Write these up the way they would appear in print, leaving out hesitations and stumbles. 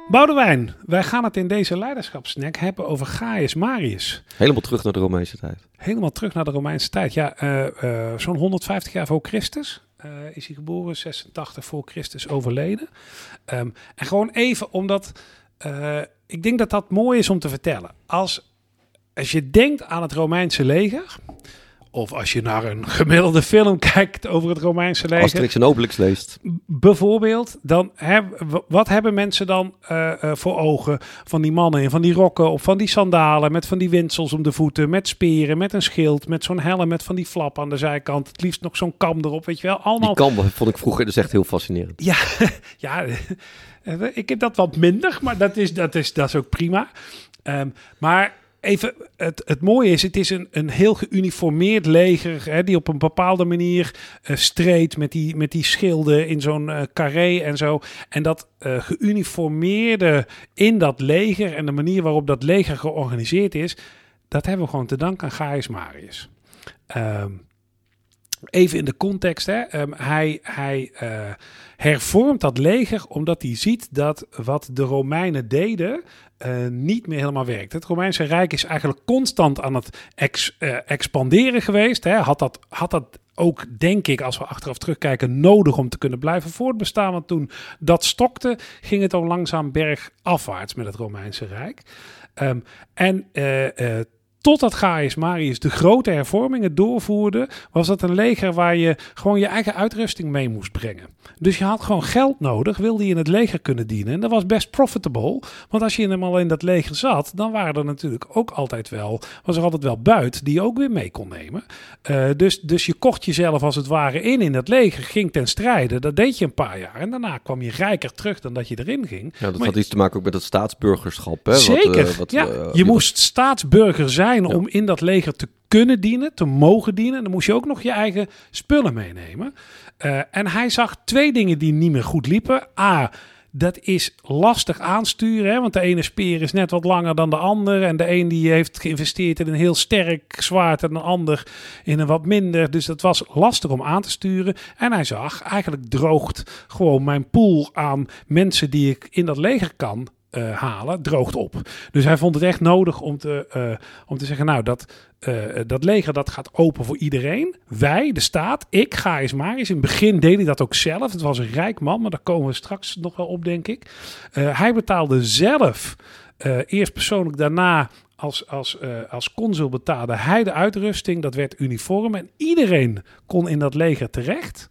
Boudewijn, wij gaan het in deze leiderschapssnack hebben over Gaius Marius. Helemaal terug naar de Romeinse tijd. Helemaal terug naar de Romeinse tijd. Ja, zo'n 150 jaar voor Christus is hij geboren, 86 voor Christus overleden. En gewoon even omdat, ik denk dat dat mooi is om te vertellen. Als je denkt aan het Romeinse leger, of als je naar een gemiddelde film kijkt over het Romeinse leger. Asterix en Obelix leest. Bijvoorbeeld, dan wat hebben mensen dan voor ogen van die mannen in van die rokken of van die sandalen met van die windsels om de voeten, met speren, met een schild, met zo'n helm, met van die flap aan de zijkant. Het liefst nog zo'n kam erop, weet je wel. Allemaal. Die kam vond ik vroeger dus echt heel fascinerend. Ja, ik heb dat wat minder, maar dat is ook prima. Maar even, het mooie is, het is een heel geuniformeerd leger, die op een bepaalde manier streed met die schilden in zo'n carré en zo. En dat geuniformeerde in dat leger en de manier waarop dat leger georganiseerd is, dat hebben we gewoon te danken aan Gaius Marius. Even in de context, hij hervormt dat leger omdat hij ziet dat wat de Romeinen deden niet meer helemaal werkt. Het Romeinse Rijk is eigenlijk constant aan het expanderen geweest. Had dat ook, denk ik, als we achteraf terugkijken, nodig om te kunnen blijven voortbestaan. Want toen dat stokte, ging het al langzaam bergafwaarts met het Romeinse Rijk. Totdat Gaius Marius de grote hervormingen doorvoerde, was dat een leger waar je gewoon je eigen uitrusting mee moest brengen. Dus je had gewoon geld nodig, wilde je in het leger kunnen dienen. En dat was best profitable, want als je helemaal in dat leger zat, dan waren er natuurlijk ook was er altijd wel buit die je ook weer mee kon nemen. Dus je kocht jezelf als het ware in dat leger, ging ten strijde. Dat deed je een paar jaar en daarna kwam je rijker terug dan dat je erin ging. Ja, dat had iets te maken ook met het staatsburgerschap. Hè? Zeker, je moest staatsburger zijn om in dat leger te kunnen dienen, te mogen dienen. En dan moest je ook nog je eigen spullen meenemen. En hij zag twee dingen die niet meer goed liepen. A, dat is lastig aansturen, hè? Want de ene speer is net wat langer dan de ander. En de een die heeft geïnvesteerd in een heel sterk zwaard en de ander in een wat minder. Dus dat was lastig om aan te sturen. En hij zag, eigenlijk droogt gewoon mijn pool aan mensen die ik in dat leger kan halen, droogt op. Dus hij vond het echt nodig om te zeggen, nou, dat leger dat gaat open voor iedereen. Wij, de staat, ik, Gaius Marius. In het begin deed hij dat ook zelf. Het was een rijk man, maar daar komen we straks nog wel op, denk ik. Hij betaalde zelf, eerst persoonlijk, daarna als consul betaalde hij de uitrusting. Dat werd uniform en iedereen kon in dat leger terecht.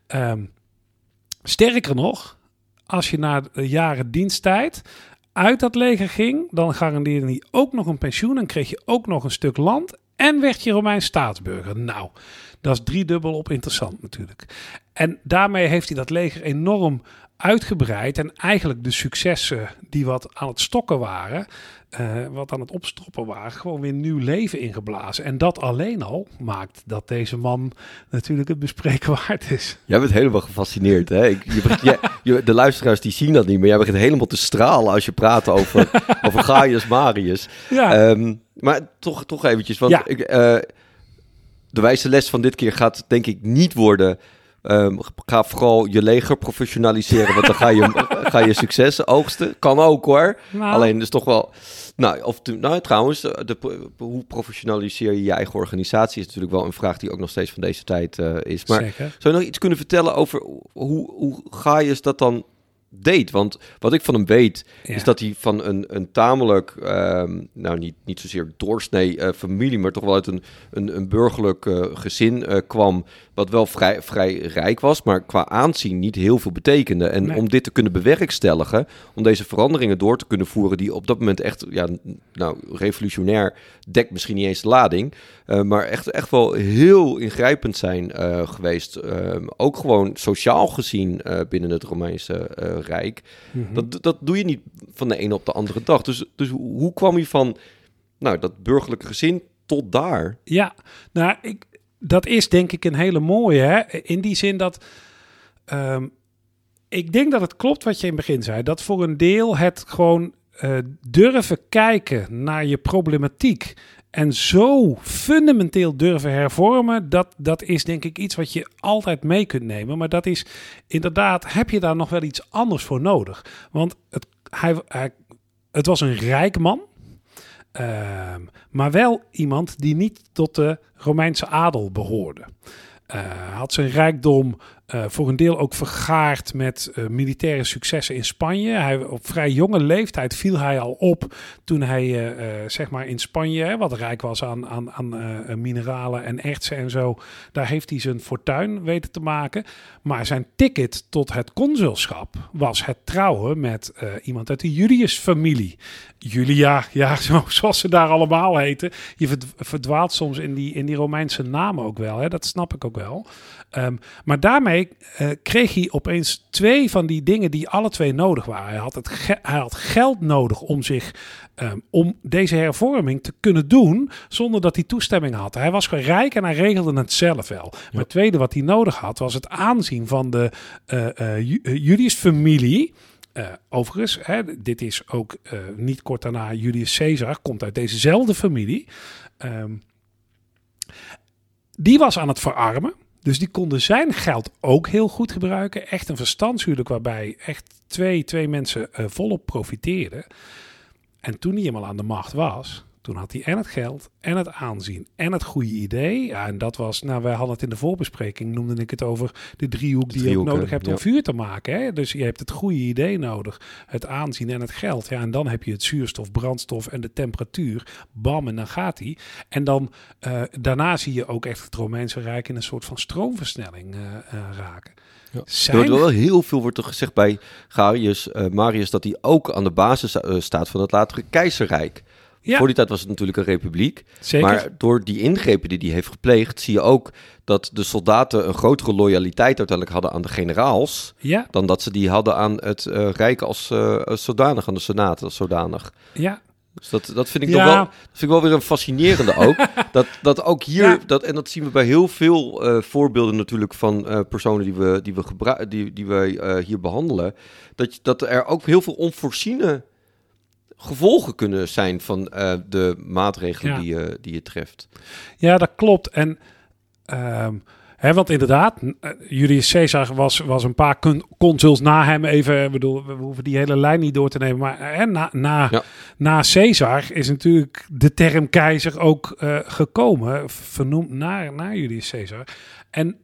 Sterker nog, als je na de jaren diensttijd uit dat leger ging, dan garandeerde hij ook nog een pensioen en kreeg je ook nog een stuk land en werd je Romeins staatsburger. Nou, dat is driedubbel op interessant natuurlijk. En daarmee heeft hij dat leger enorm uitgebreid en eigenlijk de successen die wat aan het stokken waren, wat aan het opstroppen waren, gewoon weer nieuw leven ingeblazen. En dat alleen al maakt dat deze man natuurlijk het bespreken waard is. Jij bent helemaal gefascineerd, hè? De luisteraars die zien dat niet, maar jij begint helemaal te stralen als je praat over Gaius Marius. Ja. Maar toch eventjes, want de wijze les van dit keer gaat denk ik niet worden, ga vooral je leger professionaliseren, want dan ga je successen oogsten. Kan ook hoor. Nou. Alleen is toch wel. Trouwens, hoe professionaliseer je je eigen organisatie is natuurlijk wel een vraag die ook nog steeds van deze tijd is. Maar zeker. Zou je nog iets kunnen vertellen over hoe Gaius dat dan deed? Want wat ik van hem weet, is dat hij van een tamelijk, niet zozeer doorsnee familie, maar toch wel uit een burgerlijk gezin kwam, wat wel vrij rijk was, maar qua aanzien niet heel veel betekende. En om dit te kunnen bewerkstelligen, om deze veranderingen door te kunnen voeren, die op dat moment echt, revolutionair, dekt misschien niet eens de lading, maar echt wel heel ingrijpend zijn geweest. Ook gewoon sociaal gezien binnen het Romeinse Rijk. Mm-hmm. Dat doe je niet van de ene op de andere dag. Dus hoe kwam je van dat burgerlijke gezin tot daar? Ja, dat is denk ik een hele mooie. Hè? In die zin dat ik denk dat het klopt wat je in het begin zei. Dat voor een deel het gewoon durven kijken naar je problematiek en zo fundamenteel durven hervormen, dat is denk ik iets wat je altijd mee kunt nemen. Maar dat is inderdaad, heb je daar nog wel iets anders voor nodig? Want het was een rijk man. Maar wel iemand die niet tot de Romeinse adel behoorde. Had zijn rijkdom voor een deel ook vergaard met militaire successen in Spanje. Op vrij jonge leeftijd viel hij al op toen hij zeg maar in Spanje, wat rijk was aan mineralen en ertsen en zo. Daar heeft hij zijn fortuin weten te maken. Maar zijn ticket tot het consulschap was het trouwen met iemand uit de Julius-familie. Julia, ja, zoals ze daar allemaal heten. Je verdwaalt soms in die Romeinse namen ook wel. Hè? Dat snap ik ook wel. Maar daarmee kreeg hij opeens 2 van die dingen die alle 2 nodig waren. Hij had geld nodig om deze hervorming te kunnen doen zonder dat hij toestemming had. Hij was gewoon rijk en hij regelde het zelf wel. Ja. Maar het tweede wat hij nodig had was het aanzien van de Julius-familie. Overigens, dit is ook niet kort daarna Julius Caesar, komt uit dezezelfde familie. Die was aan het verarmen. Dus die konden zijn geld ook heel goed gebruiken. Echt een verstandshuwelijk waarbij echt twee mensen volop profiteerden. En toen hij eenmaal aan de macht was, toen had hij en het geld en het aanzien en het goede idee. Ja, en dat was, wij hadden het in de voorbespreking, noemde ik het over de driehoek die je ook nodig hebt om vuur te maken. Hè? Dus je hebt het goede idee nodig, het aanzien en het geld. Ja, en dan heb je het zuurstof, brandstof en de temperatuur. Bam, en dan gaat hij. En dan daarna zie je ook echt het Romeinse Rijk in een soort van stroomversnelling raken. Ja. Er wordt wel heel veel wordt er gezegd bij Gaius Marius dat hij ook aan de basis staat van het latere keizerrijk. Ja. Voor die tijd was het natuurlijk een republiek. Zeker. Maar door die ingrepen die hij heeft gepleegd, zie je ook dat de soldaten een grotere loyaliteit uiteindelijk hadden aan de generaals, dan dat ze die hadden aan het rijk als zodanig, aan de senaat als zodanig. Ja. Dus dat vind ik toch wel, dat vind ik wel weer een fascinerende ook. dat ook hier, en dat zien we bij heel veel voorbeelden natuurlijk van personen die we hier behandelen, dat er ook heel veel onvoorziene gevolgen kunnen zijn van de maatregelen die je treft. Ja, dat klopt. En want inderdaad, Julius Caesar was een paar consuls na hem even. We hoeven die hele lijn niet door te nemen. Maar na Caesar is natuurlijk de term keizer ook gekomen, vernoemd naar Julius Caesar. En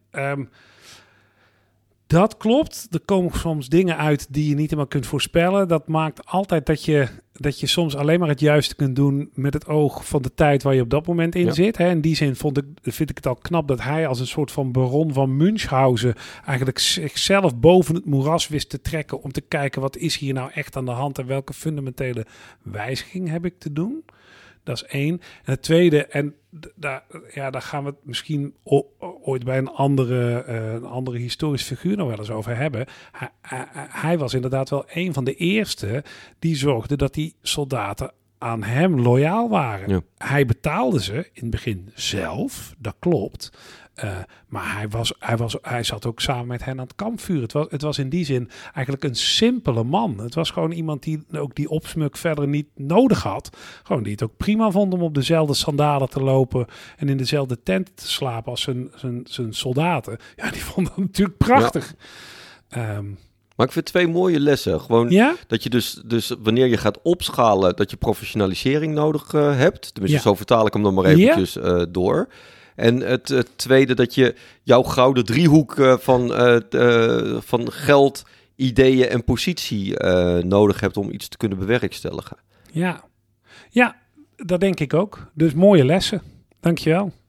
dat klopt. Er komen soms dingen uit die je niet helemaal kunt voorspellen. Dat maakt altijd dat je soms alleen maar het juiste kunt doen met het oog van de tijd waar je op dat moment in zit. Hè. In die zin vind ik het al knap dat hij als een soort van baron van Münchhausen eigenlijk zichzelf boven het moeras wist te trekken om te kijken wat is hier nou echt aan de hand en welke fundamentele wijziging heb ik te doen. Dat is 1. En het tweede, en daar gaan we het misschien ooit bij een andere historische figuur nog wel eens over hebben. Hij was inderdaad wel een van de eerste die zorgde dat die soldaten aan hem loyaal waren. Ja. Hij betaalde ze in het begin zelf, dat klopt. Maar hij zat ook samen met hen aan het kampvuren. Het was in die zin eigenlijk een simpele man. Het was gewoon iemand die ook die opsmuk verder niet nodig had. Gewoon die het ook prima vond om op dezelfde sandalen te lopen en in dezelfde tent te slapen als zijn soldaten. Ja, die vonden het natuurlijk prachtig. Ja. Maar ik vind 2 mooie lessen. Gewoon dat je dus wanneer je gaat opschalen, dat je professionalisering nodig hebt. Tenminste, zo vertaal ik hem dan maar eventjes door. En het tweede, dat je jouw gouden driehoek van geld, ideeën en positie nodig hebt om iets te kunnen bewerkstelligen. Ja, dat denk ik ook. Dus mooie lessen. Dankjewel.